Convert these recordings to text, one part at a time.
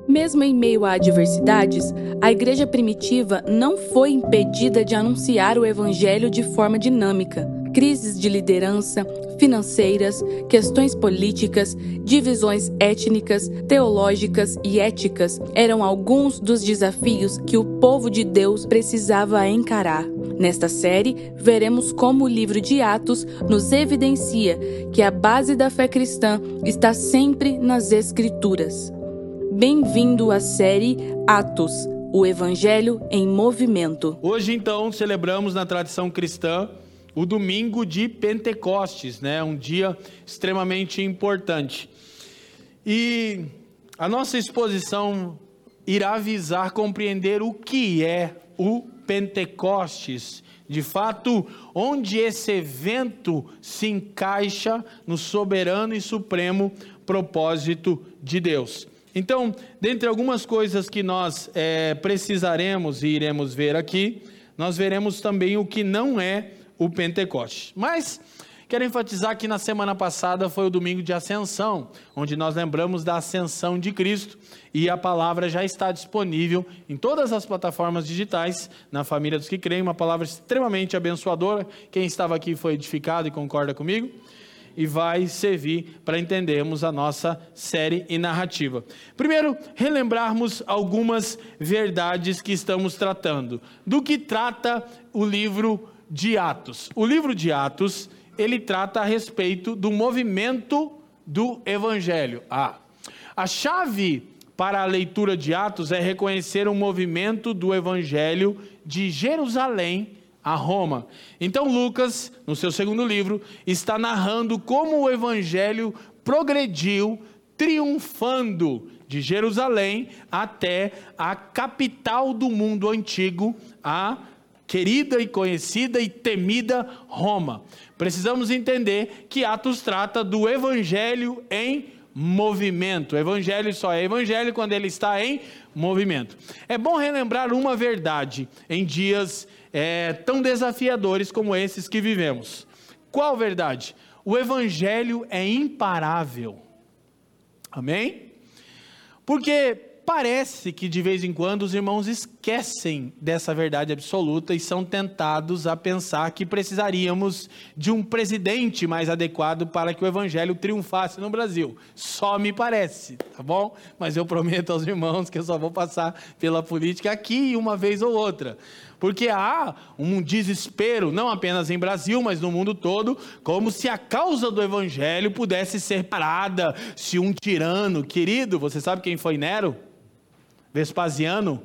Mesmo em meio a adversidades, a igreja primitiva não foi impedida de anunciar o evangelho de forma dinâmica. Crises de liderança, financeiras, questões políticas, divisões étnicas, teológicas e éticas eram alguns dos desafios que o povo de Deus precisava encarar. Nesta série, veremos como o livro de Atos nos evidencia que a base da fé cristã está sempre nas Escrituras. Bem-vindo à série Atos, o Evangelho em Movimento. Hoje, então, celebramos na tradição cristã o domingo de Pentecostes, um dia extremamente importante. E a nossa exposição irá visar compreender o que é o Pentecostes, de fato, onde esse evento se encaixa no soberano e supremo propósito de Deus. Então, dentre algumas coisas que nós precisaremos e iremos ver aqui, nós veremos também o que não é o Pentecostes. Mas quero enfatizar que na semana passada foi o domingo de Ascensão, onde nós lembramos da ascensão de Cristo, e a palavra já está disponível em todas as plataformas digitais, na família dos que creem, uma palavra extremamente abençoadora. Quem estava aqui foi edificado e concorda comigo? E vai servir para entendermos a nossa série e narrativa. Primeiro, relembrarmos algumas verdades que estamos tratando. Do que trata o livro de Atos? O livro de Atos, ele trata a respeito do movimento do Evangelho. A chave para a leitura de Atos é reconhecer o movimento do Evangelho de Jerusalém a Roma. Então Lucas, no seu segundo livro, está narrando como o Evangelho progrediu, triunfando de Jerusalém até a capital do mundo antigo, a querida e conhecida e temida Roma. Precisamos entender que Atos trata do Evangelho em movimento. O Evangelho só é Evangelho quando ele está em movimento. É bom relembrar uma verdade em dias tão desafiadores como esses que vivemos. Qual verdade? O Evangelho é imparável. Amém? Porque parece que de vez em quando os irmãos esquecem dessa verdade absoluta e são tentados a pensar que precisaríamos de um presidente mais adequado para que o Evangelho triunfasse no Brasil. Só me parece, tá bom? Mas eu prometo aos irmãos que eu só vou passar pela política aqui uma vez ou outra. Porque há um desespero, não apenas em Brasil, mas no mundo todo, como se a causa do Evangelho pudesse ser parada, se um tirano, querido, você sabe quem foi Nero? Vespasiano?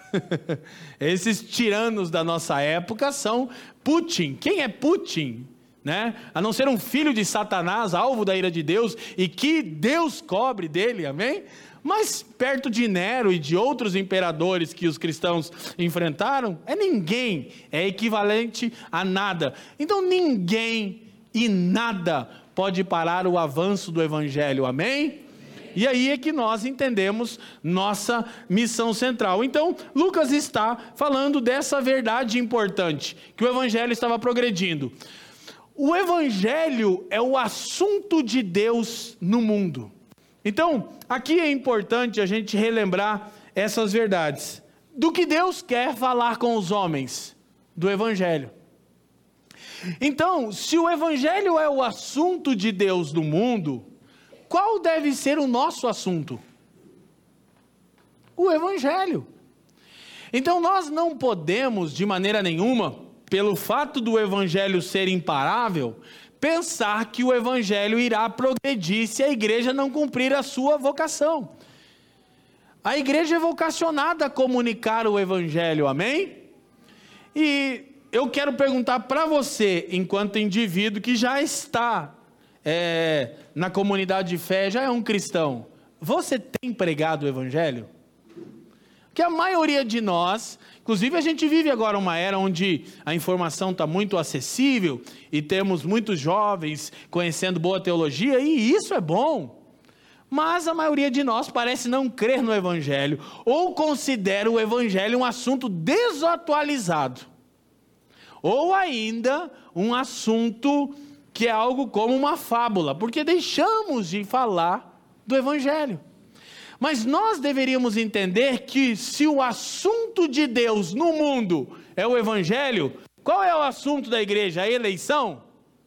Esses tiranos da nossa época são Putin. Quem é Putin? A não ser um filho de Satanás, alvo da ira de Deus, e que Deus cobre dele, amém? Mas perto de Nero e de outros imperadores que os cristãos enfrentaram, ninguém, é equivalente a nada. Então ninguém e nada pode parar o avanço do Evangelho, amém? E aí é que nós entendemos nossa missão central. Então, Lucas está falando dessa verdade importante, que o Evangelho estava progredindo. O Evangelho é o assunto de Deus no mundo. Então, aqui é importante a gente relembrar essas verdades. Do que Deus quer falar com os homens? Do Evangelho. Então, se o Evangelho é o assunto de Deus no mundo, qual deve ser o nosso assunto? O Evangelho. Então nós não podemos, de maneira nenhuma, pelo fato do Evangelho ser imparável, pensar que o Evangelho irá progredir se a igreja não cumprir a sua vocação. A igreja é vocacionada a comunicar o Evangelho, amém? E eu quero perguntar para você, enquanto indivíduo que já está na comunidade de fé, já é um cristão, você tem pregado o Evangelho? Porque a maioria de nós, inclusive a gente vive agora uma era onde a informação está muito acessível e temos muitos jovens conhecendo boa teologia, e isso é bom. Mas a maioria de nós parece não crer no Evangelho, ou considera o Evangelho um assunto desatualizado, ou ainda um assunto que é algo como uma fábula, porque deixamos de falar do Evangelho. Mas nós deveríamos entender que se o assunto de Deus no mundo é o evangelho, qual é o assunto da igreja? A eleição?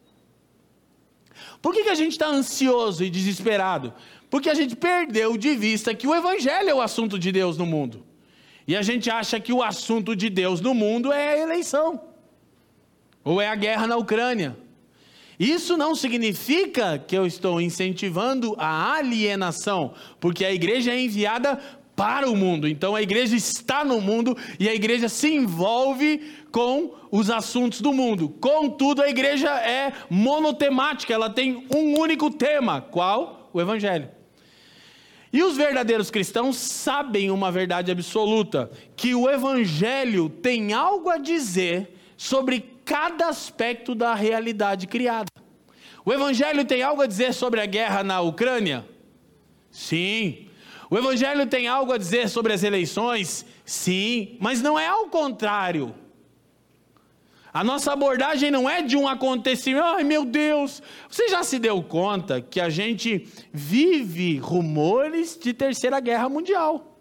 Por que a gente está ansioso e desesperado? Porque a gente perdeu de vista que o evangelho é o assunto de Deus no mundo. E a gente acha que o assunto de Deus no mundo é a eleição. Ou é a guerra na Ucrânia. Isso não significa que eu estou incentivando a alienação, porque a igreja é enviada para o mundo. Então a igreja está no mundo e a igreja se envolve com os assuntos do mundo. Contudo, a igreja é monotemática, ela tem um único tema. Qual? O evangelho. E os verdadeiros cristãos sabem uma verdade absoluta, que o evangelho tem algo a dizer sobre cada aspecto da realidade criada. O evangelho tem algo a dizer sobre a guerra na Ucrânia? Sim. O evangelho tem algo a dizer sobre as eleições? Sim. Mas não é ao contrário. A nossa abordagem não é de um acontecimento. Ai meu Deus, você já se deu conta que a gente vive rumores de terceira guerra mundial?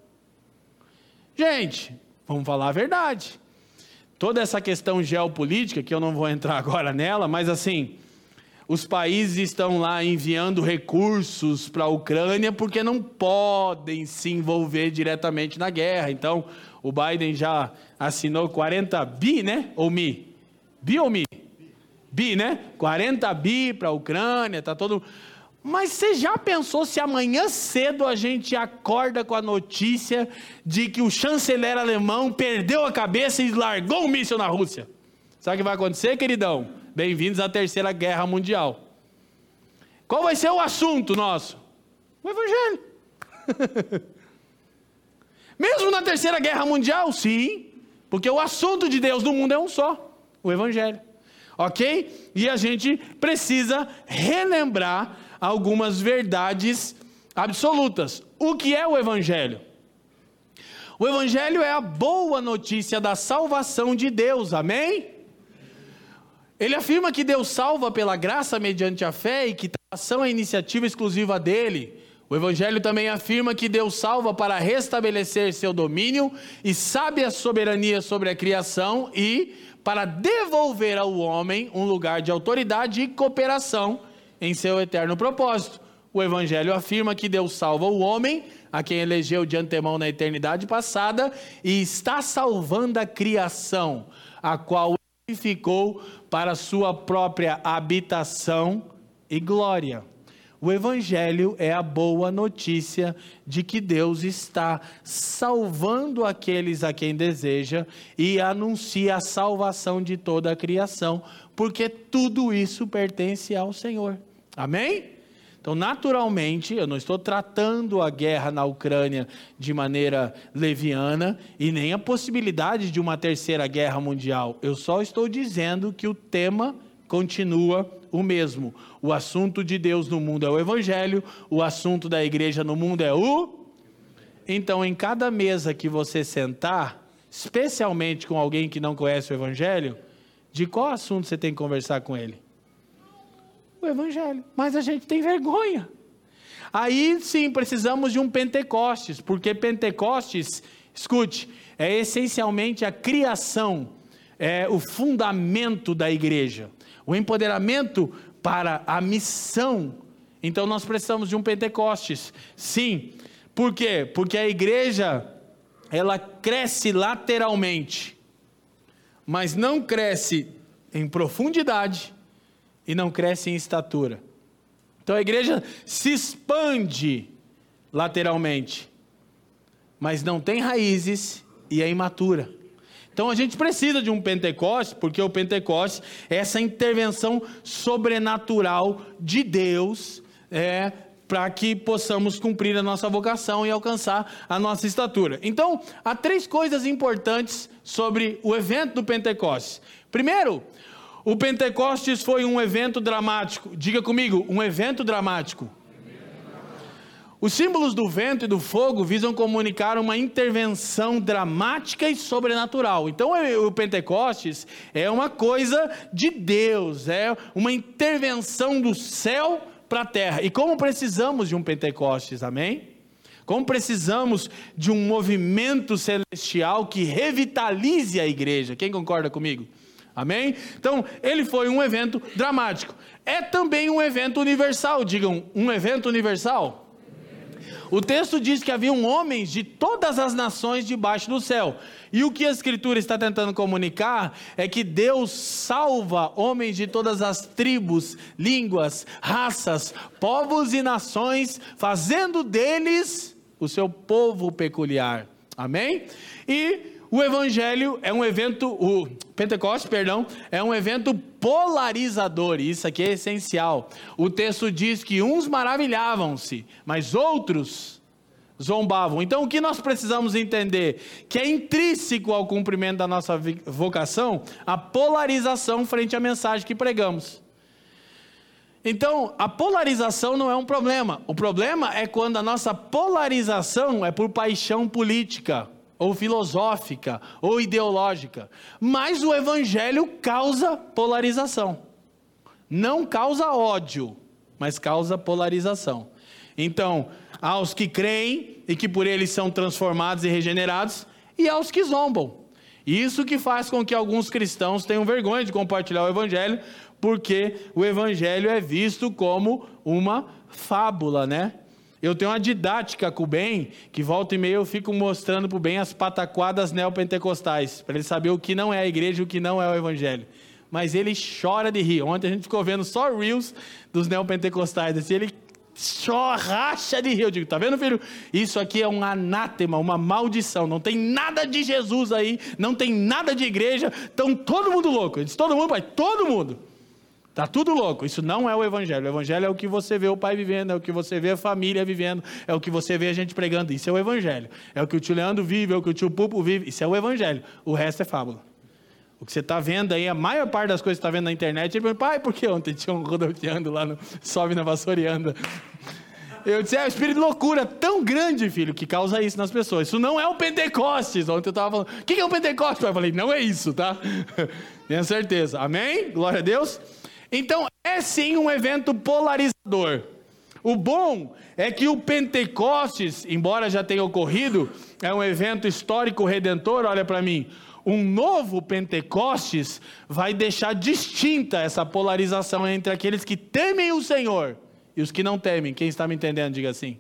Gente, vamos falar a verdade. Toda essa questão geopolítica, que eu não vou entrar agora nela, mas assim, os países estão lá enviando recursos para a Ucrânia porque não podem se envolver diretamente na guerra. Então, o Biden já assinou 40 bi, né? Ou mi? Bi ou mi? Bi, né? 40 bi para a Ucrânia, tá todo... Mas você já pensou se amanhã cedo a gente acorda com a notícia de que o chanceler alemão perdeu a cabeça e largou um míssil na Rússia? Sabe o que vai acontecer, queridão? Bem-vindos à Terceira Guerra Mundial. Qual vai ser o assunto nosso? O evangelho. Mesmo na Terceira Guerra Mundial? Sim, porque o assunto de Deus no mundo é um só, o evangelho. Ok? E a gente precisa relembrar algumas verdades absolutas. O que é o evangelho? O evangelho é a boa notícia da salvação de Deus, amém? Ele afirma que Deus salva pela graça mediante a fé e que salvação é iniciativa exclusiva dele. O evangelho também afirma que Deus salva para restabelecer seu domínio e sabe a soberania sobre a criação e para devolver ao homem um lugar de autoridade e cooperação em seu eterno propósito. O evangelho afirma que Deus salva o homem, a quem elegeu de antemão na eternidade passada, e está salvando a criação, a qual edificou para sua própria habitação e glória. O evangelho é a boa notícia de que Deus está salvando aqueles a quem deseja e anuncia a salvação de toda a criação, porque tudo isso pertence ao Senhor. Amém? Então, naturalmente, eu não estou tratando a guerra na Ucrânia de maneira leviana e nem a possibilidade de uma terceira guerra mundial. Eu só estou dizendo que o tema continua o mesmo. O assunto de Deus no mundo é o evangelho, o assunto da igreja no mundo é o... Então, em cada mesa que você sentar, especialmente com alguém que não conhece o evangelho, de qual assunto você tem que conversar com ele? O evangelho. Mas a gente tem vergonha. Aí sim, precisamos de um Pentecostes, porque Pentecostes, escute, é essencialmente a criação, é o fundamento da igreja, o empoderamento para a missão. Então nós precisamos de um Pentecostes. Sim. Por quê? Porque a igreja, ela cresce lateralmente, mas não cresce em profundidade e não cresce em estatura. Então a igreja se expande lateralmente, mas não tem raízes e é imatura. Então a gente precisa de um Pentecostes, porque o Pentecostes é essa intervenção sobrenatural de Deus, para que possamos cumprir a nossa vocação e alcançar a nossa estatura. Então, há 3 coisas importantes sobre o evento do Pentecostes. Primeiro, o Pentecostes foi um evento dramático. Diga comigo, um evento dramático. Os símbolos do vento e do fogo visam comunicar uma intervenção dramática e sobrenatural. Então o Pentecostes é uma coisa de Deus, é uma intervenção do céu para a terra. E como precisamos de um Pentecostes, amém? Como precisamos de um movimento celestial que revitalize a igreja. Quem concorda comigo? Amém? Então, ele foi um evento dramático. É também um evento universal. Digam, um evento universal? O texto diz que haviam homens de todas as nações debaixo do céu. E o que a Escritura está tentando comunicar é que Deus salva homens de todas as tribos, línguas, raças, povos e nações, fazendo deles o seu povo peculiar. Amém? E o Evangelho é um evento, o Pentecostes, é um evento polarizador, e isso aqui é essencial. O texto diz que uns maravilhavam-se, mas outros zombavam. Então o que nós precisamos entender? Que é intrínseco ao cumprimento da nossa vocação, a polarização frente à mensagem que pregamos. Então, a polarização não é um problema. O problema é quando a nossa polarização é por paixão política, ou filosófica, ou ideológica. Mas o Evangelho causa polarização. Não causa ódio, mas causa polarização. Então, aos que creem e que por eles são transformados e regenerados, e aos que zombam. Isso que faz com que alguns cristãos tenham vergonha de compartilhar o Evangelho, porque o Evangelho é visto como uma fábula, né? Eu tenho uma didática com o Ben, que volta e meia eu fico mostrando para o Ben as pataquadas neopentecostais, para ele saber o que não é a igreja e o que não é o Evangelho. Mas ele chora de rir. Ontem a gente ficou vendo só reels dos neopentecostais, assim, ele racha de rir. Eu digo, tá vendo, filho? Isso aqui é um anátema, uma maldição. Não tem nada de Jesus aí, não tem nada de igreja, estão todo mundo louco. Ele diz, todo mundo, pai, todo mundo. Está tudo louco, isso não é o Evangelho. O Evangelho é o que você vê o pai vivendo, é o que você vê a família vivendo, é o que você vê a gente pregando, isso é o Evangelho. É o que o tio Leandro vive, é o que o tio Pupo vive, isso é o Evangelho. O resto é fábula. O que você está vendo aí, a maior parte das coisas que você está vendo na internet, ele pergunta, pai, por que ontem tinha um rodoviando lá, sobe na vassoura e anda? Eu disse, é um espírito de loucura tão grande, filho, que causa isso nas pessoas. Isso não é o Pentecostes. Ontem eu estava falando, o que é o Pentecostes? Eu falei, não é isso, tá? Tenho certeza. Amém? Glória a Deus. Então, é sim um evento polarizador. O bom é que o Pentecostes, embora já tenha ocorrido, é um evento histórico redentor, olha para mim. Um novo Pentecostes vai deixar distinta essa polarização entre aqueles que temem o Senhor e os que não temem. Quem está me entendendo, diga assim.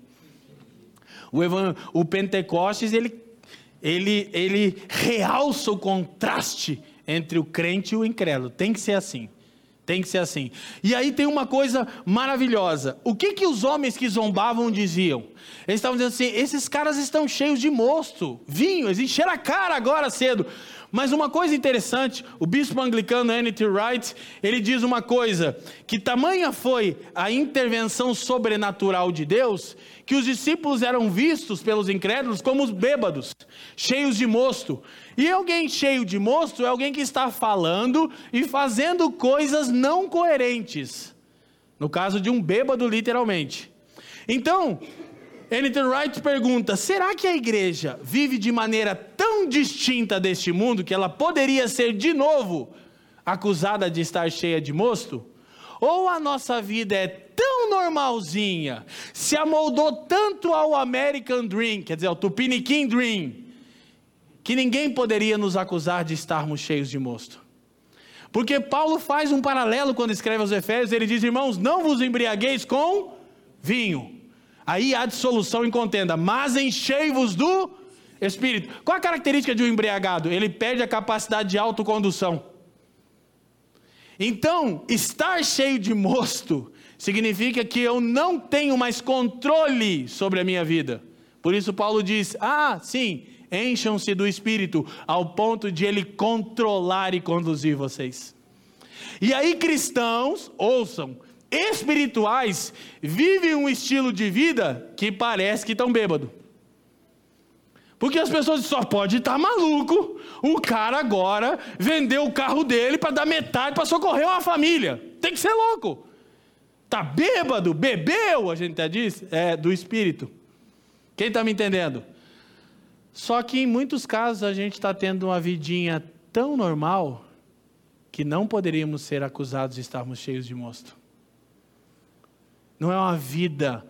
O Pentecostes, ele realça o contraste entre o crente e o incrédulo. Tem que ser assim. Tem que ser assim. E aí tem uma coisa maravilhosa. O que os homens que zombavam diziam? Eles estavam dizendo assim, esses caras estão cheios de mosto, vinho, eles encheram a cara agora cedo. Mas uma coisa interessante, o bispo anglicano N.T. Wright, ele diz uma coisa, que tamanha foi a intervenção sobrenatural de Deus, que os discípulos eram vistos pelos incrédulos como os bêbados, cheios de mosto. E alguém cheio de mosto é alguém que está falando e fazendo coisas não coerentes. No caso de um bêbado, literalmente. Então, N.T. Wright pergunta, será que a igreja vive de maneira tão distinta deste mundo que ela poderia ser de novo acusada de estar cheia de mosto? Ou a nossa vida é tão normalzinha, se amoldou tanto ao American Dream, quer dizer, ao Tupiniquim Dream, que ninguém poderia nos acusar de estarmos cheios de mosto? Porque Paulo faz um paralelo quando escreve aos Efésios, ele diz, irmãos, não vos embriagueis com vinho. Aí há dissolução em contenda, mas enchei-vos do Espírito. Qual a característica de um embriagado? Ele perde a capacidade de autocondução. Então, estar cheio de mosto significa que eu não tenho mais controle sobre a minha vida. Por isso Paulo diz, sim, encham-se do Espírito, ao ponto de ele controlar e conduzir vocês. E aí cristãos, ouçam, espirituais, vivem um estilo de vida que parece que estão bêbados. Porque as pessoas só pode estar maluco, o cara agora vendeu o carro dele para dar metade para socorrer uma família. Tem que ser louco. Está bêbado, bebeu, a gente até diz, do espírito. Quem está me entendendo? Só que em muitos casos a gente está tendo uma vidinha tão normal que não poderíamos ser acusados de estarmos cheios de mosto. Não é uma vida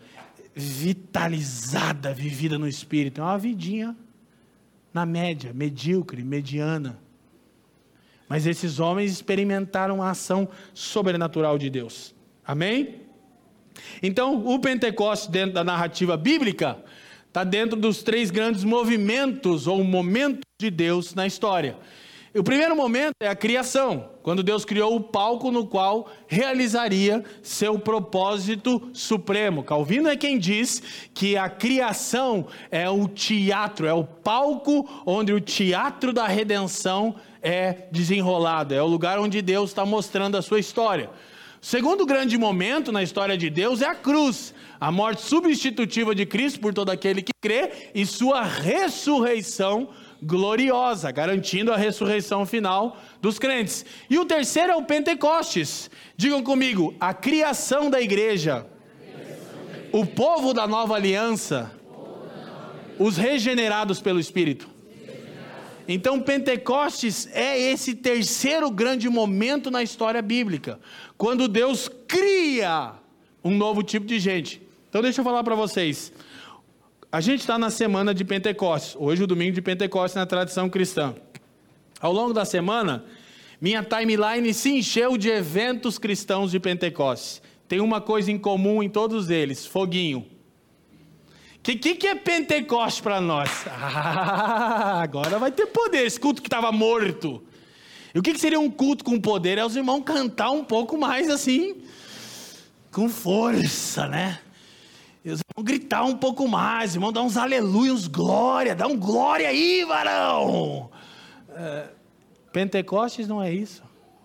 vitalizada, vivida no Espírito. É uma vidinha na média, medíocre, mediana. Mas esses homens experimentaram a ação sobrenatural de Deus. Amém? Então, o Pentecostes, dentro da narrativa bíblica, está dentro dos 3 grandes movimentos ou momentos de Deus na história. O primeiro momento é a criação, quando Deus criou o palco no qual realizaria seu propósito supremo. Calvino é quem diz que a criação é o teatro, é o palco onde o teatro da redenção é desenrolado, é o lugar onde Deus está mostrando a sua história. O segundo grande momento na história de Deus é a cruz, a morte substitutiva de Cristo por todo aquele que crê e sua ressurreição gloriosa, garantindo a ressurreição final dos crentes. E o terceiro é o Pentecostes. Digam comigo, a criação da igreja, o povo da nova aliança, os regenerados pelo Espírito. Então Pentecostes é esse terceiro grande momento na história bíblica, quando Deus cria um novo tipo de gente. Então deixa eu falar para vocês. A gente está na semana de Pentecostes, hoje o domingo de Pentecostes na tradição cristã. Ao longo da semana, minha timeline se encheu de eventos cristãos de Pentecostes. Tem uma coisa em comum em todos eles, foguinho. O que é Pentecostes para nós? Agora vai ter poder, esse culto que estava morto. E o que seria um culto com poder? É os irmãos cantar um pouco mais assim, com força, né? Eles vão gritar um pouco mais, irmão, dá uns aleluia, uns glória, dá um glória aí, varão. Pentecostes não é isso.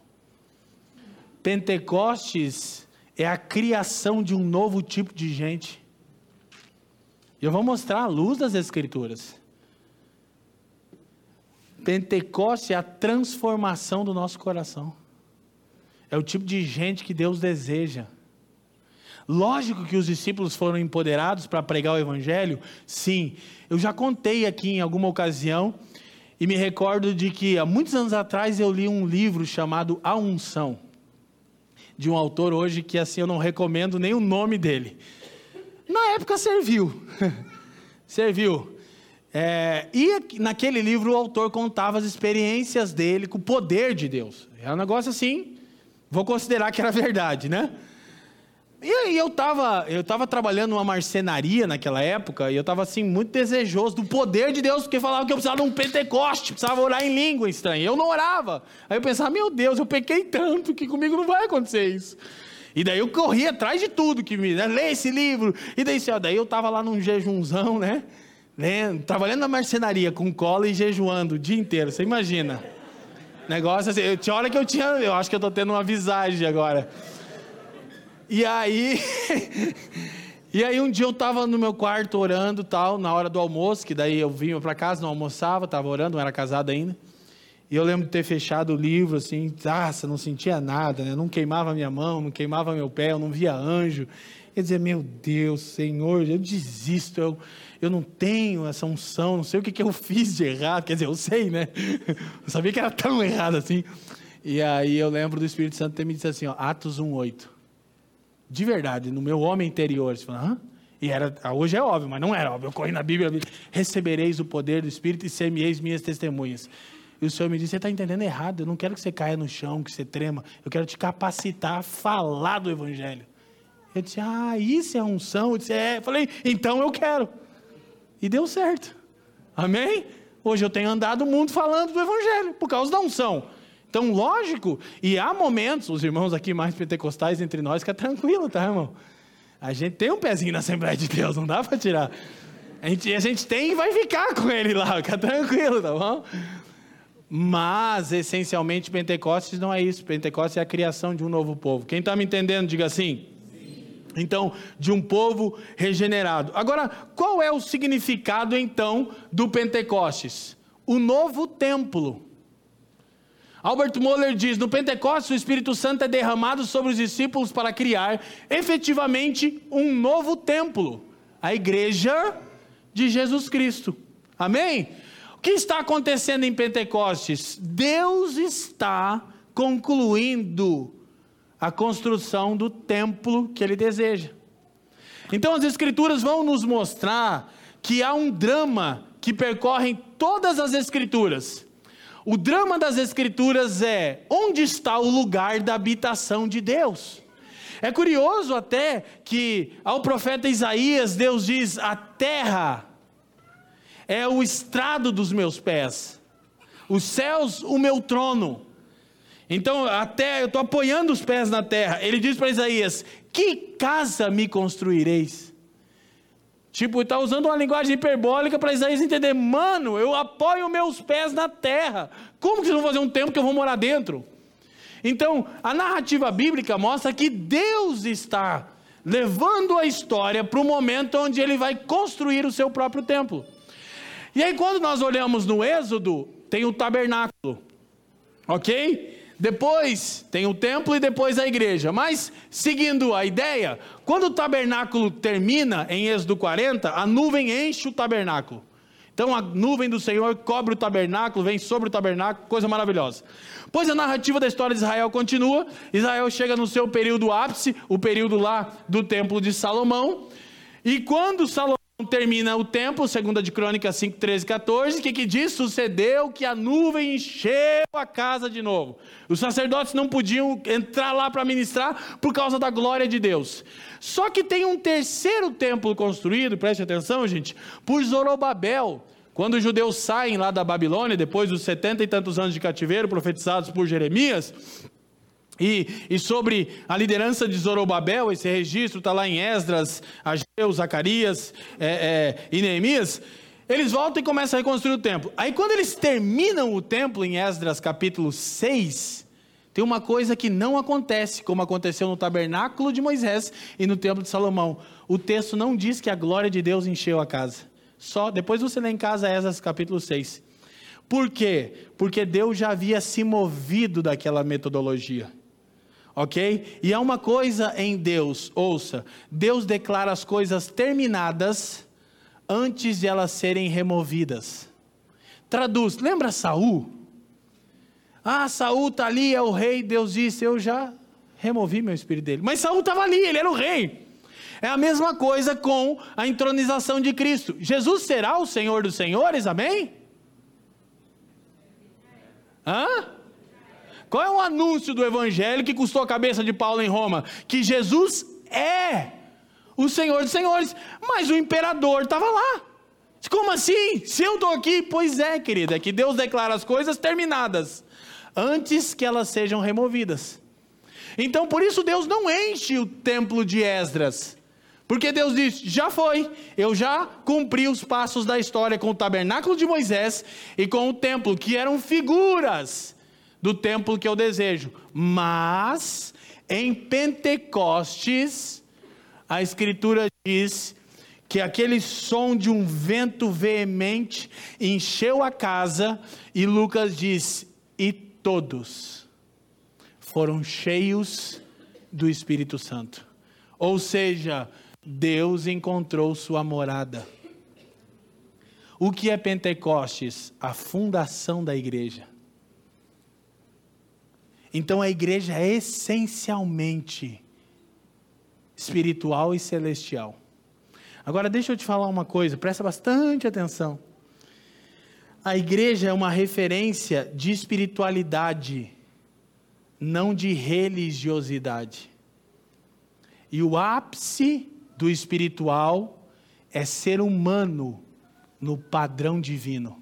Pentecostes é a criação de um novo tipo de gente. E eu vou mostrar a luz das Escrituras. Pentecostes é a transformação do nosso coração. É o tipo de gente que Deus deseja. Lógico que os discípulos foram empoderados para pregar o Evangelho, sim. Eu já contei aqui em alguma ocasião, e me recordo de que há muitos anos atrás eu li um livro chamado A Unção, de um autor hoje que assim eu não recomendo nem o nome dele. Na época serviu, serviu. E naquele livro o autor contava as experiências dele com o poder de Deus. É um negócio assim, vou considerar que era verdade, né? E aí eu estava trabalhando numa marcenaria naquela época, e eu estava assim muito desejoso do poder de Deus, porque falava que eu precisava de um Pentecoste, precisava orar em língua estranha. Eu não orava. Aí eu pensava, meu Deus, eu pequei tanto que comigo não vai acontecer isso. E daí eu corri atrás de tudo, lê esse livro, e daí eu estava lá num jejunzão, né? Trabalhando na marcenaria com cola e jejuando o dia inteiro, você imagina. Negócio assim, tinha hora que eu acho que eu estou tendo uma visagem agora. E aí um dia eu estava no meu quarto orando tal, na hora do almoço, que daí eu vinha para casa, não almoçava, estava orando, não era casado ainda. E eu lembro de ter fechado o livro assim, não sentia nada, né? Não queimava minha mão, não queimava meu pé, eu não via anjo. Eu dizia, meu Deus, Senhor, eu desisto, eu não tenho essa unção, não sei o que eu fiz de errado, quer dizer, eu sei, né? Eu sabia que era tão errado assim. E aí eu lembro do Espírito Santo ter me dito assim, Atos 1:8. De verdade, no meu homem interior. Você fala, hã? E hoje é óbvio, mas não era óbvio. Eu corri na Bíblia, recebereis o poder do Espírito e ser-me-eis minhas testemunhas. E o Senhor me disse, você está entendendo errado, eu não quero que você caia no chão, que você trema, eu quero te capacitar a falar do Evangelho. Eu disse, isso é unção? Eu disse, Eu falei, então eu quero. E deu certo. Amém? Hoje eu tenho andado o mundo falando do Evangelho, por causa da unção. Então, lógico, e há momentos, os irmãos aqui mais pentecostais entre nós, que é tranquilo, tá, irmão? A gente tem um pezinho na Assembleia de Deus, não dá para tirar. A gente tem e vai ficar com ele lá, fica tranquilo, tá bom? Mas, essencialmente, Pentecostes não é isso. Pentecostes é a criação de um novo povo. Quem está me entendendo, diga assim. Então, de um povo regenerado. Agora, qual é o significado, então, do Pentecostes? O novo templo. Albert Moller diz, no Pentecostes o Espírito Santo é derramado sobre os discípulos para criar, efetivamente, um novo templo. A igreja de Jesus Cristo. Amém? O que está acontecendo em Pentecostes? Deus está concluindo a construção do templo que Ele deseja. Então as Escrituras vão nos mostrar que há um drama que percorre todas as Escrituras. O drama das Escrituras é: onde está o lugar da habitação de Deus? É curioso até que ao profeta Isaías, Deus diz: a terra é o estrado dos meus pés, os céus o meu trono. Então até eu estou apoiando os pés na terra. Ele diz para Isaías: que casa me construireis? Tipo, está usando uma linguagem hiperbólica para Isaías entender: mano, eu apoio meus pés na terra, como que vocês vão fazer um templo que eu vou morar dentro? Então a narrativa bíblica mostra que Deus está levando a história para o momento onde Ele vai construir o seu próprio templo. E aí quando nós olhamos no Êxodo, tem o tabernáculo, ok? Depois tem o templo e depois a igreja. Mas, seguindo a ideia, quando o tabernáculo termina, em Êxodo 40, a nuvem enche o tabernáculo. Então a nuvem do Senhor cobre o tabernáculo, vem sobre o tabernáculo, coisa maravilhosa. Pois a narrativa da história de Israel continua. Israel chega no seu período ápice, o período lá do templo de Salomão. E quando Salomão termina o templo, 2 de Crônicas 5, 13, 14, o que diz? Sucedeu que a nuvem encheu a casa de novo. Os sacerdotes não podiam entrar lá para ministrar por causa da glória de Deus. Só que tem um terceiro templo construído, preste atenção, gente, por Zorobabel. Quando os judeus saem lá da Babilônia, depois dos 70 e tantos anos de cativeiro, profetizados por Jeremias, e sobre a liderança de Zorobabel, esse registro está lá em Esdras, Ageu, Zacarias e Neemias. Eles voltam e começam a reconstruir o templo. Aí quando eles terminam o templo, em Esdras capítulo 6, tem uma coisa que não acontece, como aconteceu no tabernáculo de Moisés e no templo de Salomão. O texto não diz que a glória de Deus encheu a casa. Só depois você lê em casa Esdras capítulo 6. Por quê? Porque Deus já havia se movido daquela metodologia. Ok? E há uma coisa em Deus, ouça: Deus declara as coisas terminadas antes de elas serem removidas. Traduz, lembra Saul? Saul está ali, é o rei. Deus disse: eu já removi meu espírito dele. Mas Saul estava ali, ele era o rei. É a mesma coisa com a entronização de Cristo. Jesus será o Senhor dos senhores, amém? Qual é o anúncio do evangelho que custou a cabeça de Paulo em Roma? Que Jesus é o Senhor dos senhores, mas o imperador estava lá. Como assim? Se eu estou aqui? Pois é, querida, é que Deus declara as coisas terminadas antes que elas sejam removidas. Então por isso Deus não enche o templo de Esdras, porque Deus diz: já foi, eu já cumpri os passos da história com o tabernáculo de Moisés e com o templo, que eram figuras do templo que eu desejo. Mas em Pentecostes, a Escritura diz que aquele som de um vento veemente encheu a casa, e Lucas diz: e todos foram cheios do Espírito Santo. Ou seja, Deus encontrou sua morada. O que é Pentecostes? A fundação da igreja. Então a igreja é essencialmente espiritual e celestial. Agora deixa eu te falar uma coisa, presta bastante atenção. A igreja é uma referência de espiritualidade, não de religiosidade. E o ápice do espiritual é ser humano no padrão divino.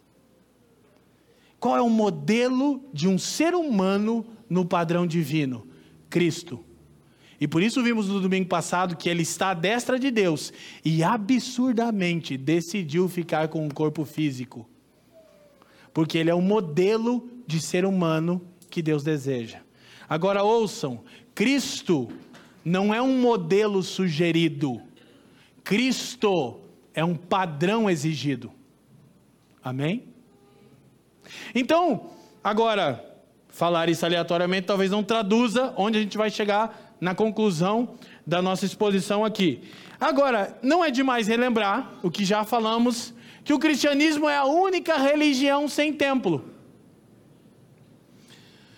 Qual é o modelo de um ser humano no padrão divino? Cristo. E por isso vimos no domingo passado que Ele está à destra de Deus e absurdamente decidiu ficar com um corpo físico. Porque Ele é o modelo de ser humano que Deus deseja. Agora ouçam, Cristo não é um modelo sugerido. Cristo é um padrão exigido. Amém? Então, agora, falar isso aleatoriamente talvez não traduza onde a gente vai chegar na conclusão da nossa exposição aqui. Agora, não é demais relembrar o que já falamos, que o cristianismo é a única religião sem templo.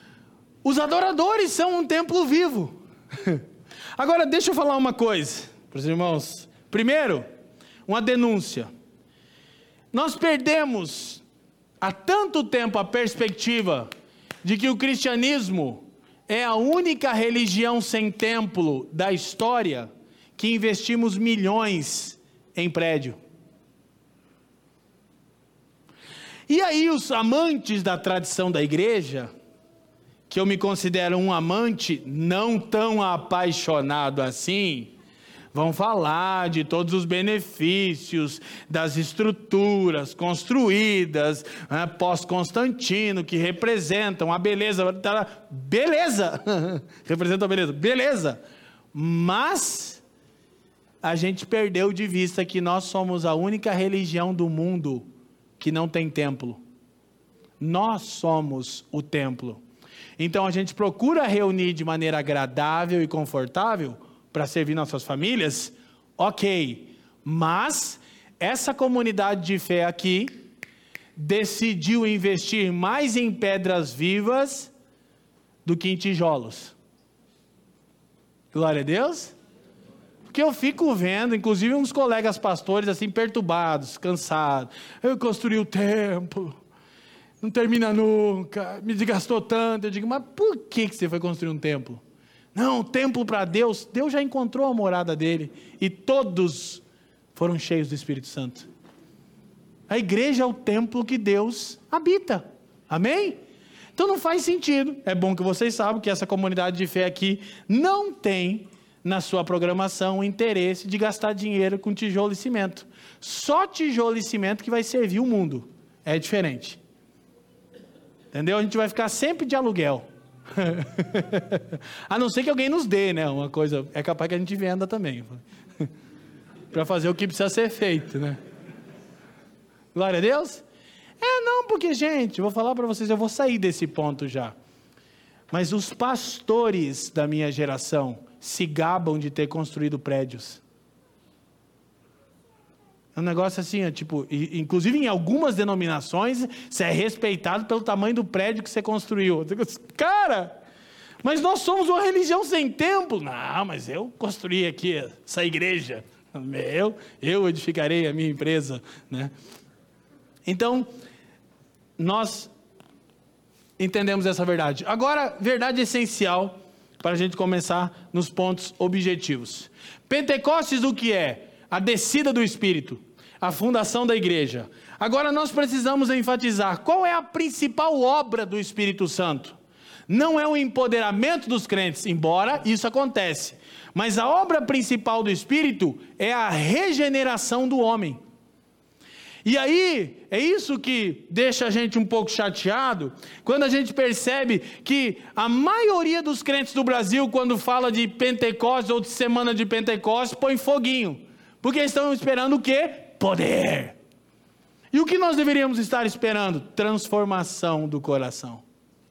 Os adoradores são um templo vivo. Agora, deixa eu falar uma coisa. para os irmãos. Primeiro, uma denúncia. Nós perdemos há tanto tempo a perspectiva de que o cristianismo é a única religião sem templo da história que investimos milhões em prédio. E aí os amantes da tradição da igreja, que eu me considero um amante não tão apaixonado assim, vão falar de todos os benefícios das estruturas construídas, né, pós-Constantino, que representam a beleza, representam a beleza, mas a gente perdeu de vista que nós somos a única religião do mundo que não tem templo. Nós somos o templo. Então a gente procura reunir de maneira agradável e confortável para servir nossas famílias, ok, mas essa comunidade de fé aqui decidiu investir mais em pedras vivas do que em tijolos. Glória a Deus. Porque eu fico vendo, inclusive uns colegas pastores assim perturbados, cansados. Eu construí o templo, não termina nunca, me desgastou tanto. Eu digo, mas por que você foi construir um templo? Não, templo para Deus. Deus já encontrou a morada dele e todos foram cheios do Espírito Santo. A igreja é o templo que Deus habita. Amém? Então não faz sentido. É bom que vocês saibam que essa comunidade de fé aqui não tem na sua programação o interesse de gastar dinheiro com tijolo e cimento. Só tijolo e cimento que vai servir o mundo. É diferente. Entendeu? A gente vai ficar sempre de aluguel. A não ser que alguém nos dê, né? Uma coisa, é capaz que a gente venda também. Para fazer o que precisa ser feito, né? Glória a Deus. Não, porque, gente, vou falar para vocês, eu vou sair desse ponto já. Mas os pastores da minha geração se gabam de ter construído prédios. É um negócio assim, tipo, inclusive em algumas denominações, você é respeitado pelo tamanho do prédio que você construiu. Cara, mas nós somos uma religião sem templo. Não, mas eu construí aqui essa igreja. Eu edificarei a minha empresa, né? Então, nós entendemos essa verdade. Agora, verdade essencial para a gente começar nos pontos objetivos. Pentecostes o que é? A descida do Espírito, a fundação da igreja. Agora nós precisamos enfatizar qual é a principal obra do Espírito Santo. Não é o empoderamento dos crentes, embora isso acontece. Mas a obra principal do Espírito é a regeneração do homem. E aí, é isso que deixa a gente um pouco chateado, quando a gente percebe que a maioria dos crentes do Brasil, quando fala de Pentecostes ou de Semana de Pentecostes, põe foguinho. Porque estão esperando o quê? Poder. E o que nós deveríamos estar esperando? Transformação do coração.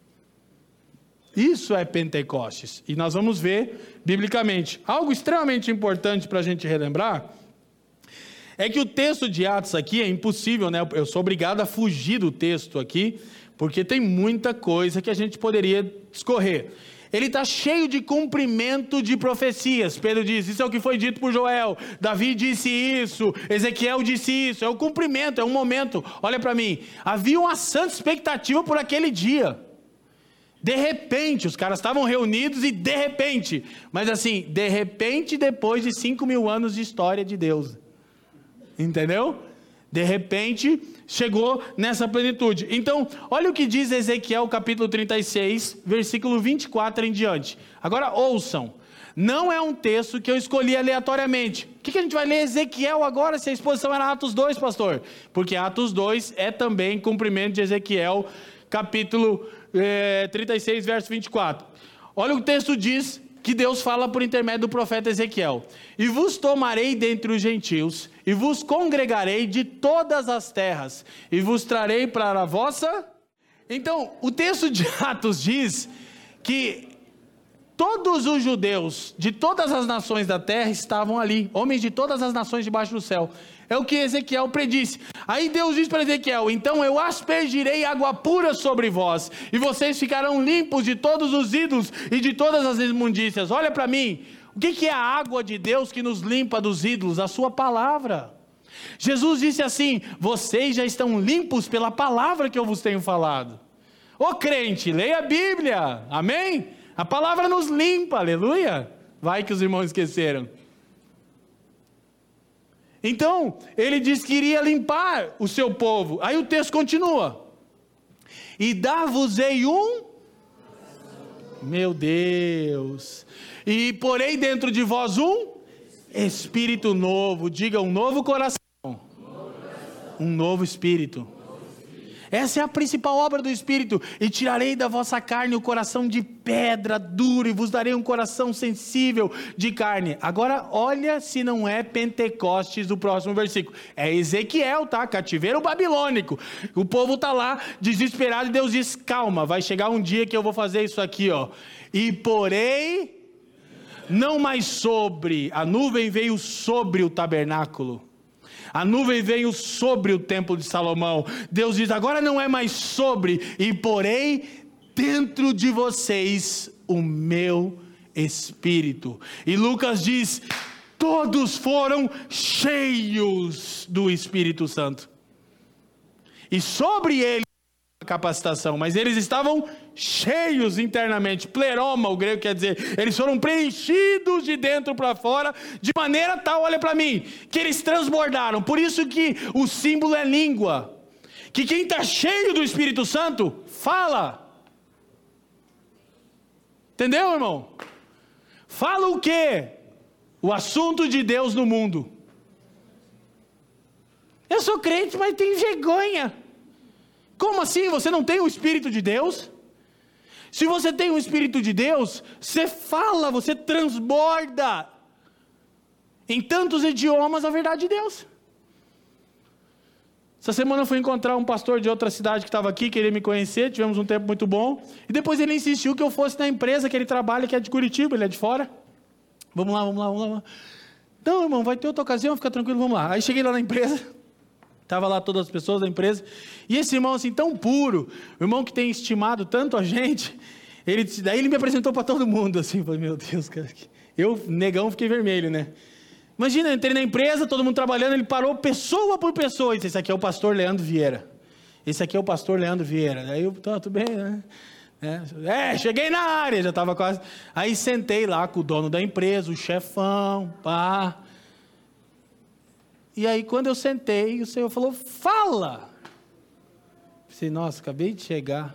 Isso é Pentecostes. E nós vamos ver, biblicamente, algo extremamente importante para a gente relembrar, é que o texto de Atos aqui é impossível, né? Eu sou obrigado a fugir do texto aqui, porque tem muita coisa que a gente poderia discorrer. Ele está cheio de cumprimento de profecias. Pedro diz, isso é o que foi dito por Joel. Davi disse isso, Ezequiel disse isso. É o cumprimento, é um momento. Olha para mim, havia uma santa expectativa por aquele dia. De repente, os caras estavam reunidos e de repente, mas assim, de repente depois de 5.000 anos de história de Deus. Entendeu? De repente, chegou nessa plenitude. Então, olha o que diz Ezequiel capítulo 36, versículo 24 em diante. Agora ouçam, não é um texto que eu escolhi aleatoriamente. O que a gente vai ler Ezequiel agora, se a exposição era Atos 2, pastor? Porque Atos 2 é também cumprimento de Ezequiel, capítulo 36, verso 24. Olha o que o texto diz, que Deus fala por intermédio do profeta Ezequiel. E vos tomarei dentre os gentios, e vos congregarei de todas as terras, e vos trarei para a vossa... Então, o texto de Atos diz que todos os judeus de todas as nações da terra estavam ali, homens de todas as nações debaixo do céu. É o que Ezequiel predisse. Aí Deus diz para Ezequiel, então eu aspergirei água pura sobre vós, e vocês ficarão limpos de todos os ídolos e de todas as imundícias. Olha para mim, O que é a água de Deus que nos limpa dos ídolos? A sua palavra. Jesus disse assim: vocês já estão limpos pela palavra que eu vos tenho falado. Ô crente, leia a Bíblia, amém? A palavra nos limpa, aleluia. Vai que os irmãos esqueceram. Então, ele diz que iria limpar o seu povo. Aí o texto continua. E dar-vos-ei meu Deus. E porei dentro de vós espírito novo. Diga, um novo coração. Um novo espírito. Essa é a principal obra do Espírito. E tirarei da vossa carne o coração de pedra duro, e vos darei um coração sensível de carne. Agora olha se não é Pentecostes o próximo versículo. É Ezequiel, tá? Cativeiro babilônico. O povo tá lá desesperado e Deus diz: calma, vai chegar um dia que eu vou fazer isso aqui, ó. E porei, não mais sobre, a nuvem veio sobre o tabernáculo. A nuvem veio sobre o templo de Salomão. Deus diz: agora não é mais sobre, e porei dentro de vocês o meu espírito. E Lucas diz: todos foram cheios do Espírito Santo. E sobre eles a capacitação, mas eles estavam cheios internamente. Pleroma, o grego quer dizer, eles foram preenchidos de dentro para fora, de maneira tal, olha para mim, que eles transbordaram. Por isso que o símbolo é língua, que quem está cheio do Espírito Santo, fala. Entendeu, irmão? Fala o quê? O assunto de Deus no mundo. Eu sou crente, mas tenho vergonha. Como assim? Você não tem o Espírito de Deus? Se você tem o Espírito de Deus, você fala, você transborda em tantos idiomas a verdade de Deus. Essa semana eu fui encontrar um pastor de outra cidade que estava aqui, queria me conhecer, tivemos um tempo muito bom, e depois ele insistiu que eu fosse na empresa que ele trabalha, que é de Curitiba, ele é de fora. Vamos lá. Não, irmão, vai ter outra ocasião, fica tranquilo, vamos lá. Aí cheguei lá na empresa, estava lá todas as pessoas da empresa, e esse irmão assim, tão puro, o irmão que tem estimado tanto a gente, daí ele me apresentou para todo mundo, assim, falei: meu Deus, cara, eu, negão, fiquei vermelho, né? Imagina, eu entrei na empresa, todo mundo trabalhando, ele parou pessoa por pessoa, e disse: esse aqui é o pastor Leandro Vieira, esse aqui é o pastor Leandro Vieira. Daí eu, tudo bem, né? Cheguei na área, já estava quase, aí sentei lá com o dono da empresa, o chefão, pá. E aí quando eu sentei, o Senhor falou: fala. Pensei: nossa, acabei de chegar.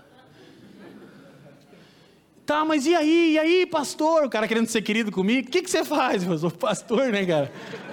Tá, mas e aí, pastor? O cara querendo ser querido comigo, o que você faz? Eu sou pastor, né, cara?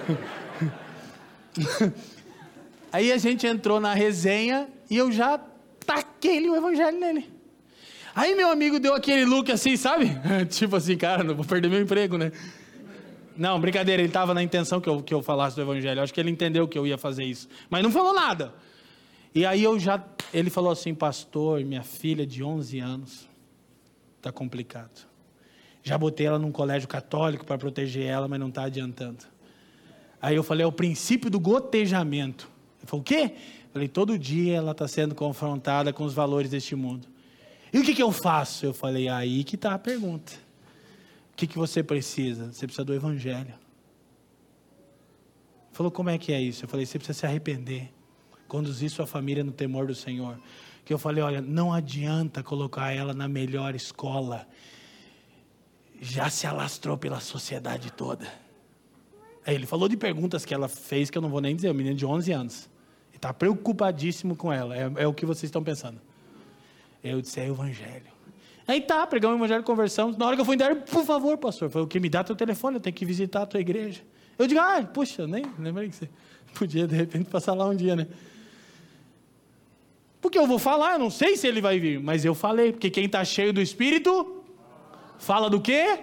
Aí a gente entrou na resenha e eu já taquei o evangelho nele. Aí meu amigo deu aquele look assim, sabe? Tipo assim: cara, não vou perder meu emprego, né? Não, brincadeira, ele estava na intenção que eu falasse do evangelho. Eu acho que ele entendeu que eu ia fazer isso, mas não falou nada. E aí ele falou assim: pastor, minha filha de 11 anos, está complicado. Já botei ela num colégio católico para proteger ela, mas não está adiantando. Aí eu falei: é o princípio do gotejamento. Ele falou: o quê? Eu falei: todo dia ela está sendo confrontada com os valores deste mundo. E o que eu faço? Eu falei: aí que está a pergunta. O que você precisa? Você precisa do evangelho. Ele falou: como é que é isso? Eu falei: você precisa se arrepender, conduzir sua família no temor do Senhor. Que eu falei: olha, não adianta colocar ela na melhor escola, já se alastrou pela sociedade toda. Aí ele falou de perguntas que ela fez, que eu não vou nem dizer, um menino de 11 anos, ele está preocupadíssimo com ela, é o que vocês estão pensando. Eu disse: é o evangelho. Aí tá, pregamos o evangelho, conversamos. Na hora que eu fui entrar, por favor, pastor, foi o que me dá teu telefone, eu tenho que visitar a tua igreja. Eu digo: puxa, nem lembrei que você podia de repente passar lá um dia, né? Porque eu vou falar, eu não sei se ele vai vir, mas eu falei, porque quem está cheio do Espírito, fala do quê?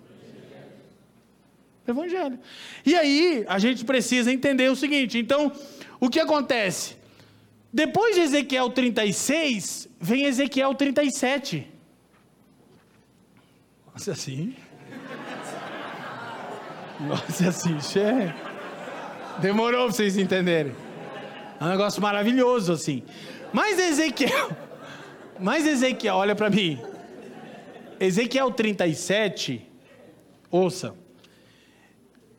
Evangelho. E aí, a gente precisa entender o seguinte, então, o que acontece? Depois de Ezequiel 36, vem Ezequiel 37. Nossa, assim. Nossa, assim, demorou para vocês entenderem. É um negócio maravilhoso, assim. Mas Ezequiel, olha para mim. Ezequiel 37, ouça.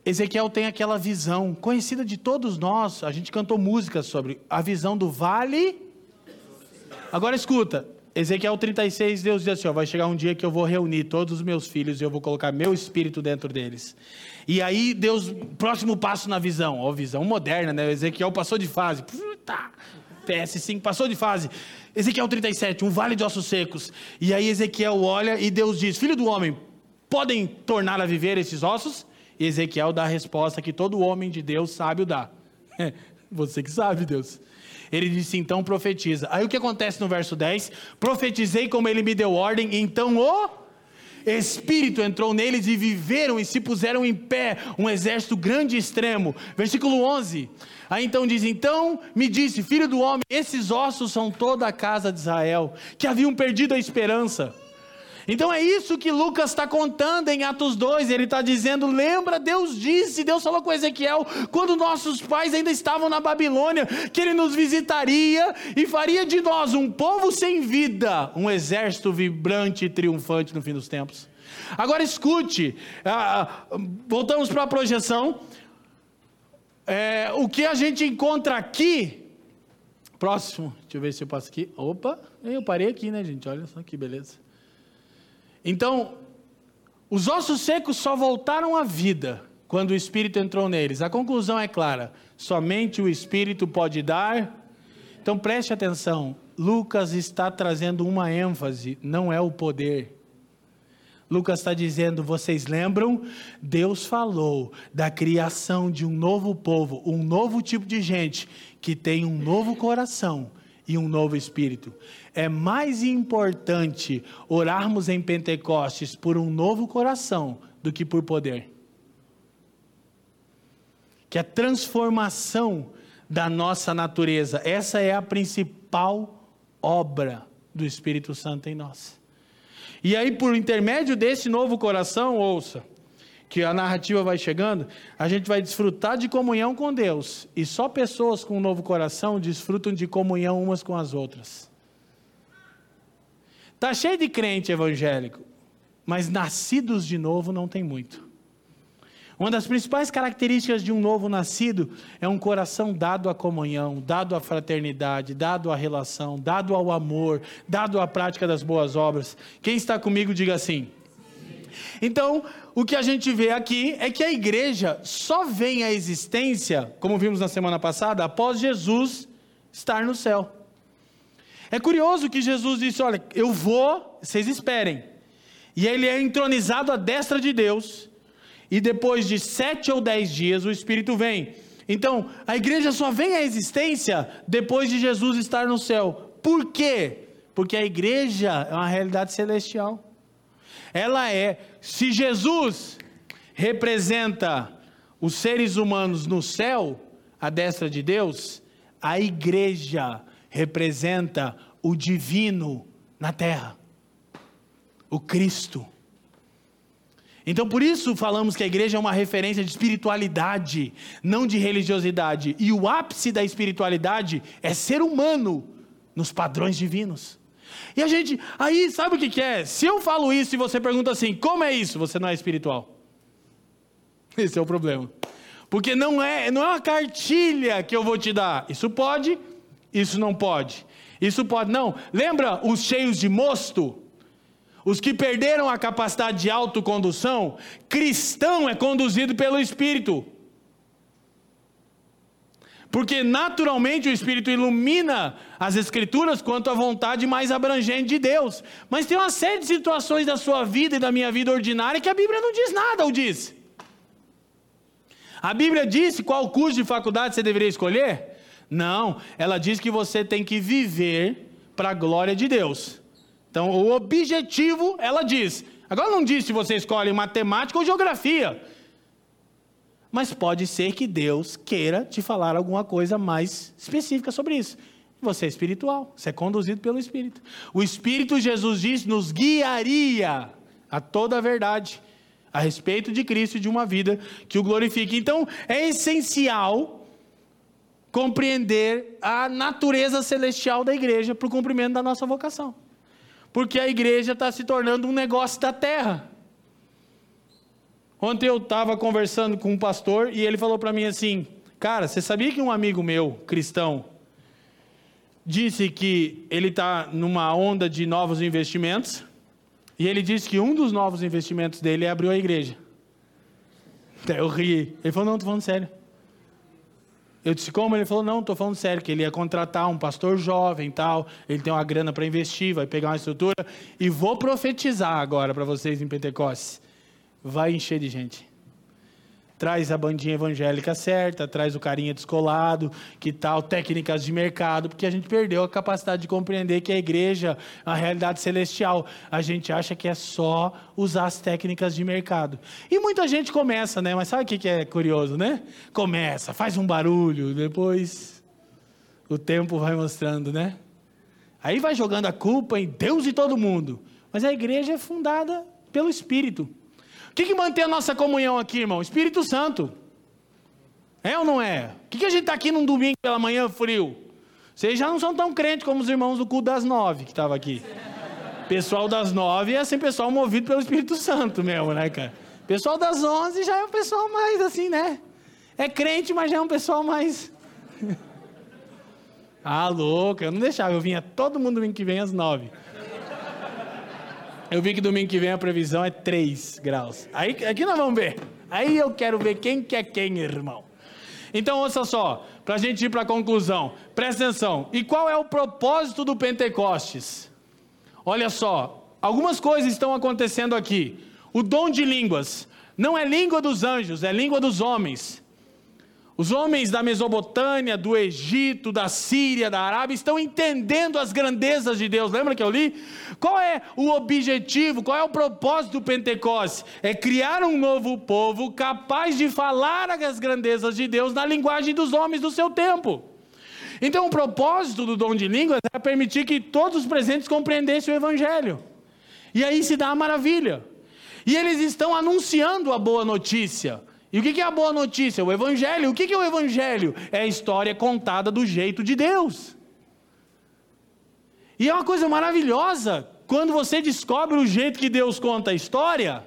Ezequiel tem aquela visão conhecida de todos nós, a gente cantou músicas sobre a visão do vale. Agora escuta, Ezequiel 36, Deus diz assim, vai chegar um dia que eu vou reunir todos os meus filhos e eu vou colocar meu espírito dentro deles. E aí Deus, próximo passo na visão, visão moderna, né? Ezequiel passou de fase, PS5 passou de fase. Ezequiel 37, um vale de ossos secos. E aí Ezequiel olha e Deus diz, filho do homem, podem tornar a viver esses ossos? E Ezequiel dá a resposta que todo homem de Deus sábio dá. Você que sabe, Deus. Ele disse, então profetiza. Aí o que acontece no verso 10? Profetizei como ele me deu ordem, então o Espírito entrou neles e viveram e se puseram em pé, um exército grande e extremo. Versículo 11. Aí então diz, então me disse, filho do homem, esses ossos são toda a casa de Israel, que haviam perdido a esperança. Então é isso que Lucas está contando em Atos 2, ele está dizendo, lembra, Deus falou com Ezequiel, quando nossos pais ainda estavam na Babilônia, que ele nos visitaria e faria de nós um povo sem vida, um exército vibrante e triunfante no fim dos tempos. Agora escute, voltamos para a projeção, o que a gente encontra aqui, próximo, deixa eu ver se eu passo aqui, eu parei aqui, né gente, olha só que beleza. Então, os ossos secos só voltaram à vida quando o Espírito entrou neles. A conclusão é clara, somente o Espírito pode dar. Então preste atenção, Lucas está trazendo uma ênfase, não é o poder. Lucas está dizendo, vocês lembram? Deus falou da criação de um novo povo, um novo tipo de gente, que tem um novo coração e um novo espírito. É mais importante orarmos em Pentecostes por um novo coração do que por poder. Que a transformação da nossa natureza, essa é a principal obra do Espírito Santo em nós. E aí, por intermédio desse novo coração, ouça, que a narrativa vai chegando, a gente vai desfrutar de comunhão com Deus, e só pessoas com um novo coração desfrutam de comunhão umas com as outras. Está cheio de crente evangélico, mas nascidos de novo não tem muito. Uma das principais características de um novo nascido é um coração dado à comunhão, dado à fraternidade, dado à relação, dado ao amor, dado à prática das boas obras. Quem está comigo, diga assim. Então, o que a gente vê aqui é que a igreja só vem à existência, como vimos na semana passada, após Jesus estar no céu. É curioso que Jesus disse, olha, eu vou, vocês esperem. E ele é entronizado à destra de Deus, e depois de 7 ou 10 dias o Espírito vem. Então, a igreja só vem à existência depois de Jesus estar no céu. Por quê? Porque a igreja é uma realidade celestial. Se Jesus representa os seres humanos no céu, à destra de Deus, a igreja representa o divino na terra, o Cristo. Então por isso falamos que a igreja é uma referência de espiritualidade, não de religiosidade, e o ápice da espiritualidade é ser humano nos padrões divinos. E a gente, aí sabe o que é? Se eu falo isso e você pergunta assim, como é isso? Você não é espiritual. Esse é o problema. Porque não é uma cartilha que eu vou te dar. Isso pode, isso não pode. Isso pode, não. Lembra os cheios de mosto? Os que perderam a capacidade de autocondução? Cristão é conduzido pelo Espírito. Porque naturalmente o Espírito ilumina as Escrituras quanto à vontade mais abrangente de Deus. Mas tem uma série de situações da sua vida e da minha vida ordinária que a Bíblia não diz nada, ou diz? A Bíblia disse qual curso de faculdade você deveria escolher? Não, ela diz que você tem que viver para a glória de Deus. Então o objetivo, ela diz. Agora não diz se você escolhe matemática ou geografia. Mas pode ser que Deus queira te falar alguma coisa mais específica sobre isso. Você é espiritual, você é conduzido pelo Espírito. O Espírito, Jesus disse, nos guiaria a toda a verdade a respeito de Cristo e de uma vida que o glorifique. Então é essencial compreender a natureza celestial da igreja para o cumprimento da nossa vocação. Porque a igreja está se tornando um negócio da terra. Ontem eu estava conversando com um pastor e ele falou para mim assim, cara, você sabia que um amigo meu, cristão, disse que ele está numa onda de novos investimentos e ele disse que um dos novos investimentos dele é abrir a igreja. Até eu ri. Ele falou, não, estou falando sério. Eu disse, como? Ele falou, não, estou falando sério, que ele ia contratar um pastor jovem e tal, ele tem uma grana para investir, vai pegar uma estrutura, e vou profetizar agora para vocês em Pentecostes, vai encher de gente. Traz a bandinha evangélica certa, traz o carinha descolado, que tal, técnicas de mercado, porque a gente perdeu a capacidade de compreender que a igreja é uma realidade celestial. A gente acha que é só usar as técnicas de mercado. E muita gente começa, né? Mas sabe o que é curioso, né? Começa, faz um barulho, depois o tempo vai mostrando, né? Aí vai jogando a culpa em Deus e todo mundo. Mas a igreja é fundada pelo Espírito. O que mantém a nossa comunhão aqui, irmão? Espírito Santo. É ou não é? O que a gente está aqui num domingo pela manhã frio? Vocês já não são tão crentes como os irmãos do culto das 9 que estavam aqui. Pessoal das 9 é assim, pessoal movido pelo Espírito Santo mesmo, né, cara? Pessoal das 11 já é o pessoal mais assim, né? É crente, mas já é um pessoal mais... Ah, louco, eu não deixava, eu vinha todo mundo domingo que vem às 9. Eu vi que domingo que vem a previsão é 3 graus. Aí, aqui nós vamos ver. Aí eu quero ver quem que é quem, irmão. Então, ouça só, para a gente ir para a conclusão. Presta atenção. E qual é o propósito do Pentecostes? Olha só, algumas coisas estão acontecendo aqui. O dom de línguas. Não é língua dos anjos, é língua dos homens. Os homens da Mesopotâmia, do Egito, da Síria, da Arábia, estão entendendo as grandezas de Deus. Lembra que eu li? Qual é o objetivo, qual é o propósito do Pentecostes? É criar um novo povo capaz de falar as grandezas de Deus na linguagem dos homens do seu tempo. Então o propósito do dom de línguas é permitir que todos os presentes compreendessem o Evangelho. E aí se dá a maravilha. E eles estão anunciando a boa notícia. E o que é a boa notícia? O Evangelho. O que é o Evangelho? É a história contada do jeito de Deus. E é uma coisa maravilhosa, quando você descobre o jeito que Deus conta a história,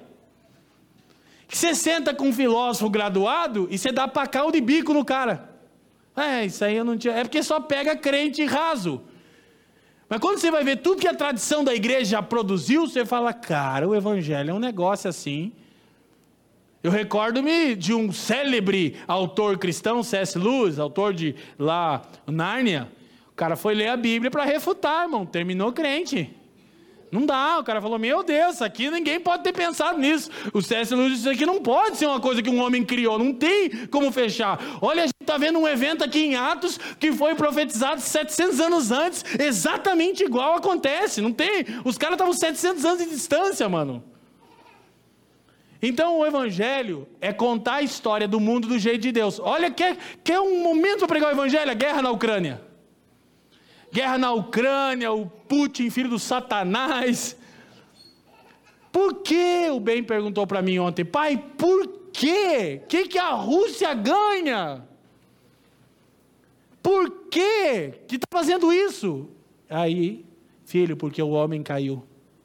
que você senta com um filósofo graduado e você dá pacau de bico no cara. Isso aí eu não tinha... É porque só pega crente raso. Mas quando você vai ver tudo que a tradição da igreja já produziu, você fala, cara, o Evangelho é um negócio assim... Eu recordo-me de um célebre autor cristão, C.S. Lewis, autor de lá, Nárnia. O cara foi ler a Bíblia para refutar, irmão. Terminou crente. Não dá. O cara falou, meu Deus, isso aqui ninguém pode ter pensado nisso. O C.S. Lewis disse, isso aqui não pode ser uma coisa que um homem criou. Não tem como fechar. Olha, a gente está vendo um evento aqui em Atos que foi profetizado 700 anos antes. Exatamente igual acontece. Não tem. Os caras estavam 700 anos de distância, mano. Então o Evangelho é contar a história do mundo do jeito de Deus. Olha, quer um momento para pregar o Evangelho? A guerra na Ucrânia. Guerra na Ucrânia, o Putin, filho do Satanás. Por que? O Ben perguntou para mim ontem, pai, por quê? O que a Rússia ganha? Por quê? Que está fazendo isso? Aí, filho, porque o homem caiu.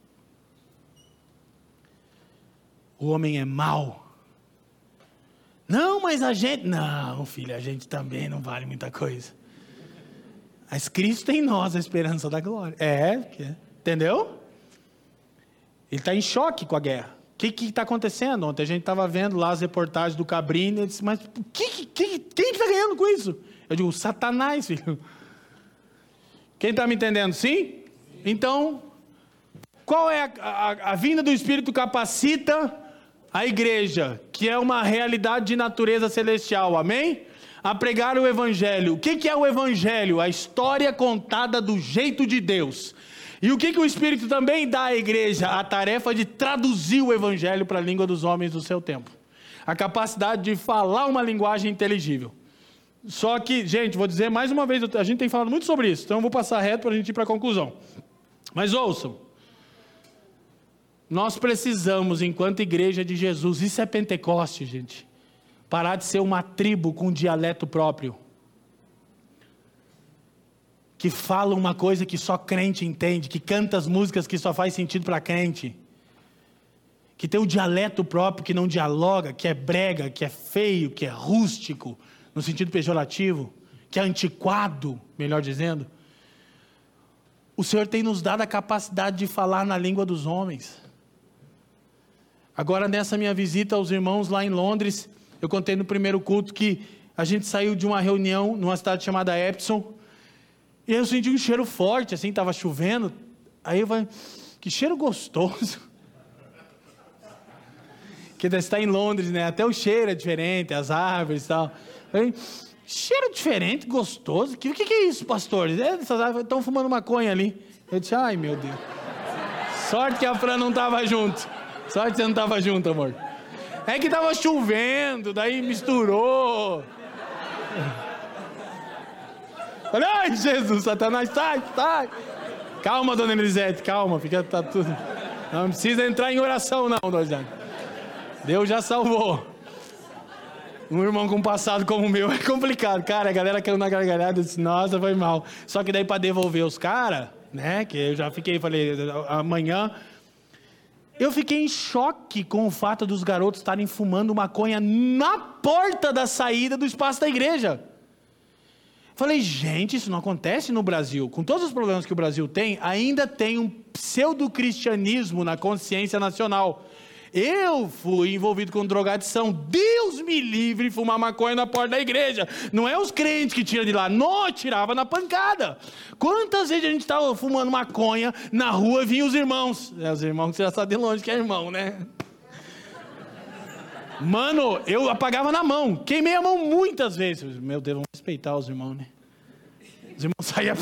O homem é mau. Não, mas a gente... Não, filho, a gente também não vale muita coisa. Mas Cristo em nós, a esperança da glória. Entendeu? Ele está em choque com a guerra. O que está acontecendo? Ontem a gente estava vendo lá as reportagens do Cabrini. Ele disse, mas quem está ganhando com isso? Eu digo, Satanás, filho. Quem está me entendendo? Sim? Então, qual é a vinda do Espírito capacita a igreja, que é uma realidade de natureza celestial, amém? A pregar o Evangelho. O que é o Evangelho? A história contada do jeito de Deus. E o que o Espírito também dá à igreja? A tarefa de traduzir o Evangelho para a língua dos homens do seu tempo. A capacidade de falar uma linguagem inteligível. Só que, gente, vou dizer mais uma vez, a gente tem falado muito sobre isso, então eu vou passar reto para a gente ir para a conclusão. Mas ouçam. Nós precisamos, enquanto igreja de Jesus, isso é Pentecoste, gente, parar de ser uma tribo com dialeto próprio, que fala uma coisa que só crente entende, que canta as músicas que só faz sentido para crente, que tem um dialeto próprio, que não dialoga, que é brega, que é feio, que é rústico, no sentido pejorativo, que é antiquado, melhor dizendo. O Senhor tem nos dado a capacidade de falar na língua dos homens. Agora, nessa minha visita aos irmãos lá em Londres, eu contei no primeiro culto que a gente saiu de uma reunião numa cidade chamada Epsom, e eu senti um cheiro forte, assim, estava chovendo. Aí eu falei, que cheiro gostoso. Porque você está em Londres, né? Até o cheiro é diferente, as árvores e tal. Aí, cheiro diferente, gostoso. O que é isso, pastor? Essas árvores estão fumando maconha ali. Eu disse, ai meu Deus. Sorte que a Fran não estava junto. Sorte que você não estava junto, amor. É que estava chovendo, daí misturou. Olha, ai Jesus, Satanás, sai. Calma, dona Elisete, calma, tá tudo. Não precisa entrar em oração não, Deus já salvou. Um irmão com um passado como o meu é complicado. Cara, a galera caiu na gargalhada e disse, nossa, foi mal. Só que daí para devolver os caras, né, que eu já falei, amanhã... Eu fiquei em choque com o fato dos garotos estarem fumando maconha na porta da saída do espaço da igreja. Falei, gente, isso não acontece no Brasil. Com todos os problemas que o Brasil tem, ainda tem um pseudo-cristianismo na consciência nacional. Eu fui envolvido com drogadição. Deus me livre de fumar maconha na porta da igreja. Não é os crentes que tiram de lá. Não, tirava na pancada. Quantas vezes a gente estava fumando maconha na rua e vinham os irmãos. Os irmãos que você já sabe de longe que é irmão, né? Mano, eu apagava na mão. Queimei a mão muitas vezes. Meu Deus, vamos respeitar os irmãos, né? Os irmãos saíam...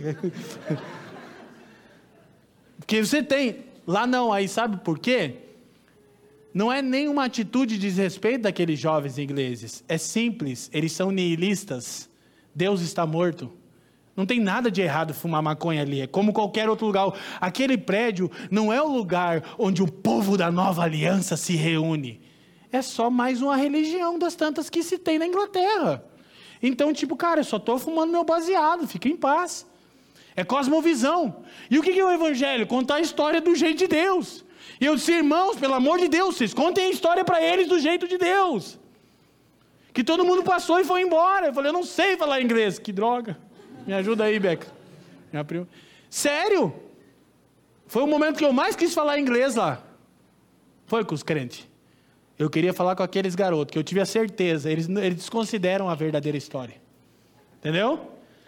Porque você tem... Lá não, aí sabe por quê? Não é nenhuma atitude de desrespeito daqueles jovens ingleses. É simples, eles são nihilistas. Deus está morto. Não tem nada de errado fumar maconha ali. É como qualquer outro lugar. Aquele prédio não é o lugar onde o povo da nova aliança se reúne. É só mais uma religião das tantas que se tem na Inglaterra. Então, tipo, cara, eu só estou fumando meu baseado. Fica em paz. É cosmovisão. E o que é o evangelho? Contar a história do jeito de Deus. E eu disse, irmãos, pelo amor de Deus, vocês contem a história para eles do jeito de Deus. Que todo mundo passou e foi embora. Eu falei, eu não sei falar inglês. Que droga. Me ajuda aí, Beca. Minha prima. Sério? Foi o momento que eu mais quis falar inglês lá. Foi com os crentes. Eu queria falar com aqueles garotos, que eu tive a certeza, eles desconsideram a verdadeira história. Entendeu?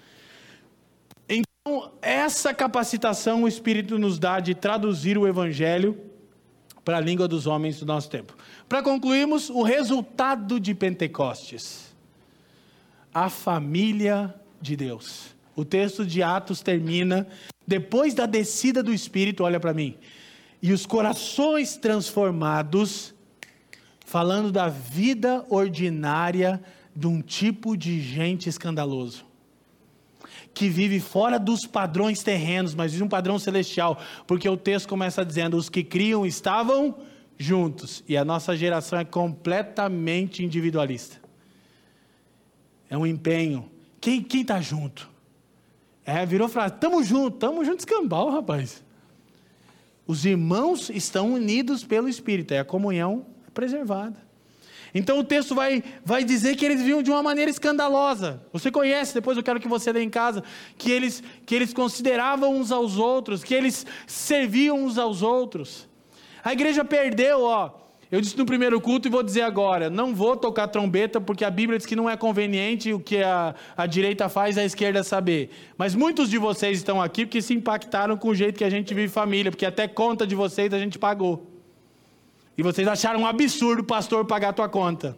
Então, essa capacitação o Espírito nos dá de traduzir o Evangelho para a língua dos homens do nosso tempo. Para concluirmos, o resultado de Pentecostes. A família de Deus. O texto de Atos termina, depois da descida do Espírito, olha para mim, e os corações transformados, falando da vida ordinária de um tipo de gente escandaloso, que vive fora dos padrões terrenos, mas vive um padrão celestial, porque o texto começa dizendo, os que criam estavam juntos, e a nossa geração é completamente individualista, é um empenho, quem está junto? Virou frase, estamos juntos escambau, rapaz, os irmãos estão unidos pelo Espírito, a comunhão é preservada. Então o texto vai dizer que eles viviam de uma maneira escandalosa. Você conhece, depois eu quero que você lê em casa, que eles consideravam uns aos outros, que eles serviam uns aos outros. A igreja perdeu, eu disse no primeiro culto e vou dizer agora, não vou tocar trombeta, porque a Bíblia diz que não é conveniente o que a direita faz, a esquerda saber. Mas muitos de vocês estão aqui porque se impactaram com o jeito que a gente vive família, porque até conta de vocês a gente pagou. E vocês acharam um absurdo o pastor pagar a tua conta.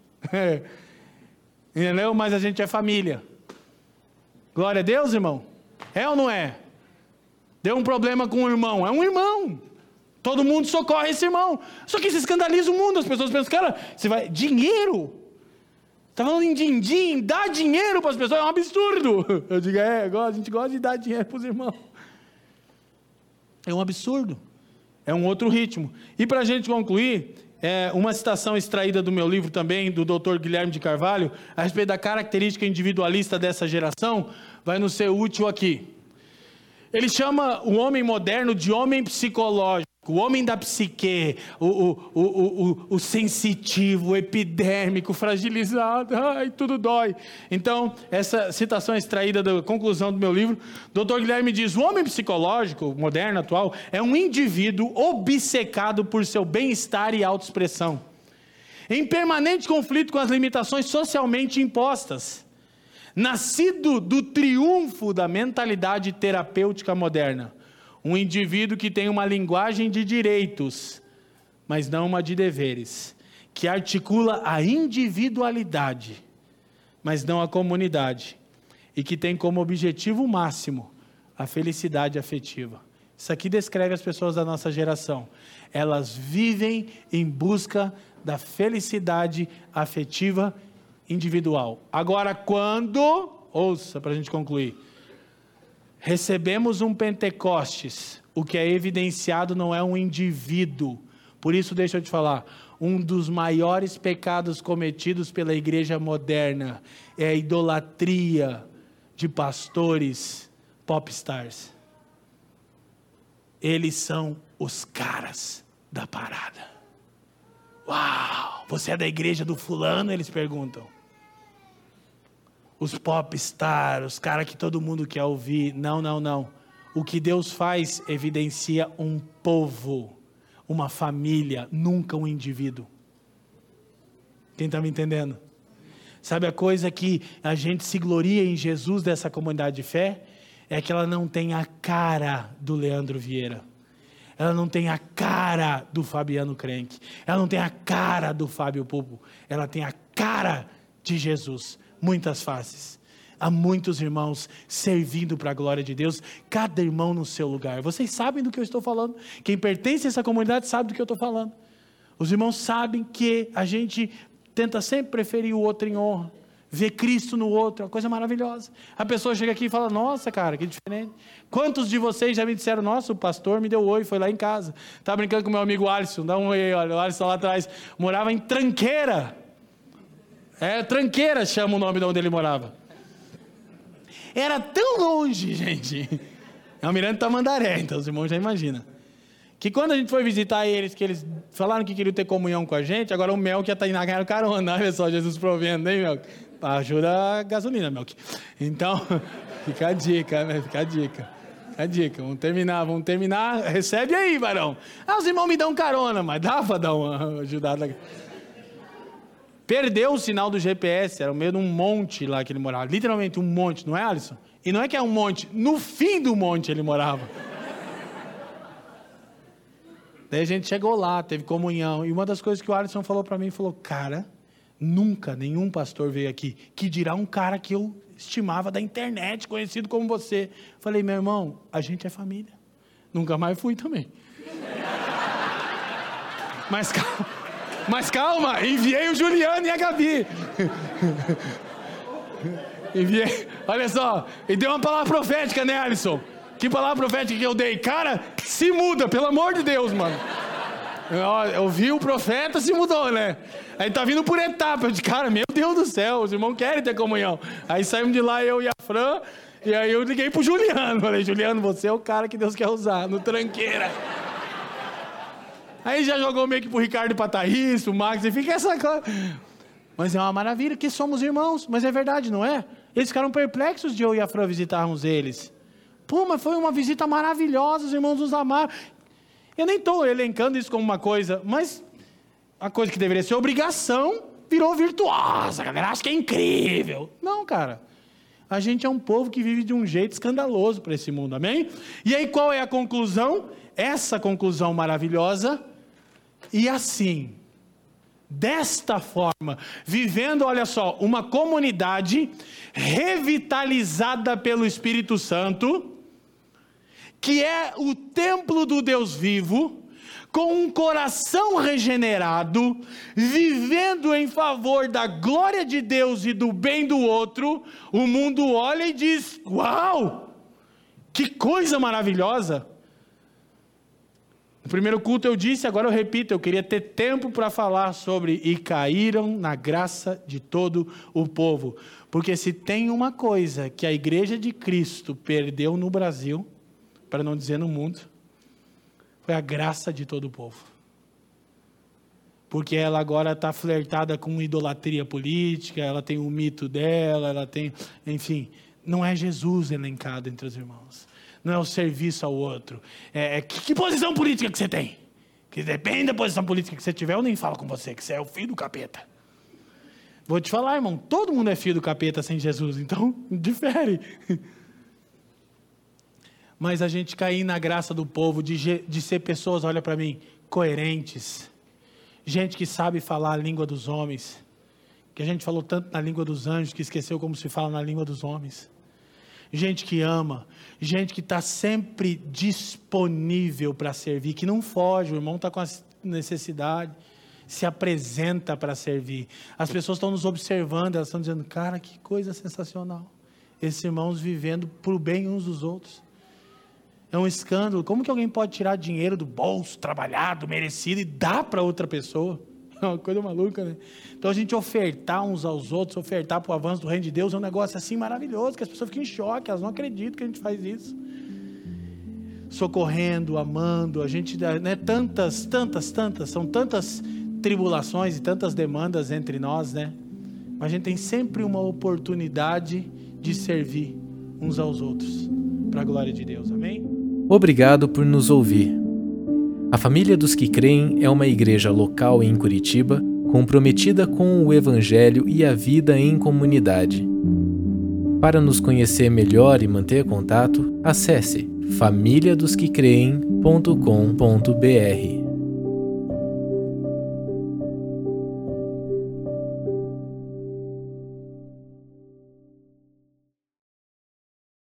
Entendeu? Mas a gente é família. Glória a Deus, irmão. É ou não é? Deu um problema com um irmão. É um irmão. Todo mundo socorre esse irmão. Só que isso escandaliza o mundo. As pessoas pensam, cara, você vai... Dinheiro? Está falando em din-din, dar dinheiro para as pessoas é um absurdo. Eu digo, a gente gosta de dar dinheiro para os irmãos. É um absurdo. É um outro ritmo. E para a gente concluir, uma citação extraída do meu livro também, do Dr. Guilherme de Carvalho, a respeito da característica individualista dessa geração, vai nos ser útil aqui. Ele chama o homem moderno de homem psicológico. O homem da psique, o sensitivo, o epidérmico, fragilizado, ai, tudo dói. Então, essa citação é extraída da conclusão do meu livro. Dr. Guilherme diz: o homem psicológico, moderno, atual, é um indivíduo obcecado por seu bem-estar e autoexpressão, em permanente conflito com as limitações socialmente impostas, nascido do triunfo da mentalidade terapêutica moderna. Um indivíduo que tem uma linguagem de direitos, mas não uma de deveres, que articula a individualidade, mas não a comunidade, e que tem como objetivo máximo a felicidade afetiva. Isso aqui descreve as pessoas da nossa geração. Elas vivem em busca da felicidade afetiva individual. Agora, quando, ouça para a gente concluir, recebemos um Pentecostes, o que é evidenciado não é um indivíduo. Por isso, deixa eu te falar, um dos maiores pecados cometidos pela igreja moderna é a idolatria de pastores popstars. Eles são os caras da parada. Uau, você é da igreja do fulano? Eles perguntam. Os popstars, os caras que todo mundo quer ouvir. Não, não, não. O que Deus faz evidencia um povo, uma família, nunca um indivíduo. Quem está me entendendo? Sabe a coisa que a gente se gloria em Jesus dessa comunidade de fé? É que ela não tem a cara do Leandro Vieira. Ela não tem a cara do Fabiano Crenque. Ela não tem a cara do Fábio Pupo. Ela tem a cara de Jesus. Muitas faces. Há muitos irmãos servindo para a glória de Deus. Cada irmão no seu lugar. Vocês sabem do que eu estou falando. Quem pertence a essa comunidade sabe do que eu estou falando. Os irmãos sabem que a gente tenta sempre preferir o outro em honra. Ver Cristo no outro, é uma coisa maravilhosa. A pessoa chega aqui e fala: nossa, cara, que diferente. Quantos de vocês já me disseram: nossa, o pastor me deu oi, foi lá em casa. Estava brincando com meu amigo Alisson, dá um oi, olha, o Alisson lá atrás, morava em Tranqueira. Tranqueira chama o nome de onde ele morava. Era tão longe, gente. É o Mirante Tamandaré, então os irmãos já imaginam. Que quando a gente foi visitar eles, que eles falaram que queriam ter comunhão com a gente, agora o Melk ia estar indo ganhar carona. Olha só, Jesus provendo, hein, Melk? Ajuda a gasolina, Melk. Então, fica a dica, né? Fica a dica. Fica a dica. Vamos terminar. Recebe aí, varão. Os irmãos me dão carona, mas dá para dar uma ajudada. Perdeu o sinal do GPS, era no meio de um monte lá que ele morava. Literalmente um monte, não é, Alisson? E não é que é um monte, no fim do monte ele morava. Daí a gente chegou lá, teve comunhão. E uma das coisas que o Alisson falou para mim, falou: cara, nunca nenhum pastor veio aqui, que dirá um cara que eu estimava da internet, conhecido como você. Falei: meu irmão, a gente é família. Nunca mais fui também. Mas calma, enviei o Juliano e a Gabi. Enviei, olha só, e deu uma palavra profética, né, Alisson? Que palavra profética que eu dei? Cara, se muda, pelo amor de Deus, mano. Eu vi o profeta, se mudou, né? Aí tá vindo por etapas. Eu disse: cara, meu Deus do céu, os irmãos querem ter comunhão. Aí saímos de lá, eu e a Fran, e aí eu liguei pro Juliano. Falei: Juliano, você é o cara que Deus quer usar, no Tranqueira. Aí já jogou meio que pro Ricardo e pra Thaís, o Max, e fica essa coisa. Mas é uma maravilha, que somos irmãos. Mas é verdade, não é? Eles ficaram perplexos de eu e a Fran visitarmos eles. Pô, mas foi uma visita maravilhosa, os irmãos nos amaram. Eu nem estou elencando isso como uma coisa, mas a coisa que deveria ser obrigação virou virtuosa. A galera acha que é incrível. Não, cara. A gente é um povo que vive de um jeito escandaloso para esse mundo, amém? E aí qual é a conclusão? Essa conclusão maravilhosa. E assim, desta forma, vivendo, olha só, uma comunidade revitalizada pelo Espírito Santo, que é o templo do Deus vivo, com um coração regenerado, vivendo em favor da glória de Deus e do bem do outro, o mundo olha e diz: uau, que coisa maravilhosa. No primeiro culto eu disse, agora eu repito, eu queria ter tempo para falar sobre "e caíram na graça de todo o povo", porque se tem uma coisa que a igreja de Cristo perdeu no Brasil, para não dizer no mundo, Foi a graça de todo o povo. Porque ela agora está flertada com idolatria política, ela tem o mito dela, ela tem... Enfim, não é Jesus elencado entre os irmãos. Não é o serviço ao outro. Que posição política que você tem? Que depende da posição política que você tiver, eu nem falo com você, que você é o filho do capeta. Vou te falar, irmão, todo mundo é filho do capeta sem Jesus, então difere. Mas a gente cair na graça do povo, de ser pessoas, olha para mim, coerentes. Gente que sabe falar a língua dos homens. Que a gente falou tanto na língua dos anjos, que esqueceu como se fala na língua dos homens. Gente que ama, gente que está sempre disponível para servir, que não foge, o irmão está com a necessidade, se apresenta para servir. As pessoas estão nos observando, elas estão dizendo, cara, que coisa sensacional. Esses irmãos vivendo por bem uns dos outros. É um escândalo. Como que alguém pode tirar dinheiro do bolso, trabalhado, merecido, e dar para outra pessoa? É uma coisa maluca, né? Então a gente ofertar uns aos outros, ofertar para o avanço do reino de Deus, é um negócio assim maravilhoso, que as pessoas ficam em choque, elas não acreditam que a gente faz isso. Socorrendo, amando, a gente, né, são tantas tribulações e tantas demandas entre nós, né? Mas a gente tem sempre uma oportunidade de servir uns aos outros, para a glória de Deus, amém? Obrigado por nos ouvir. A Família dos que Creem é uma igreja local em Curitiba, comprometida com o Evangelho e a vida em comunidade. Para nos conhecer melhor e manter contato, acesse famíliadosquecreem.com.br.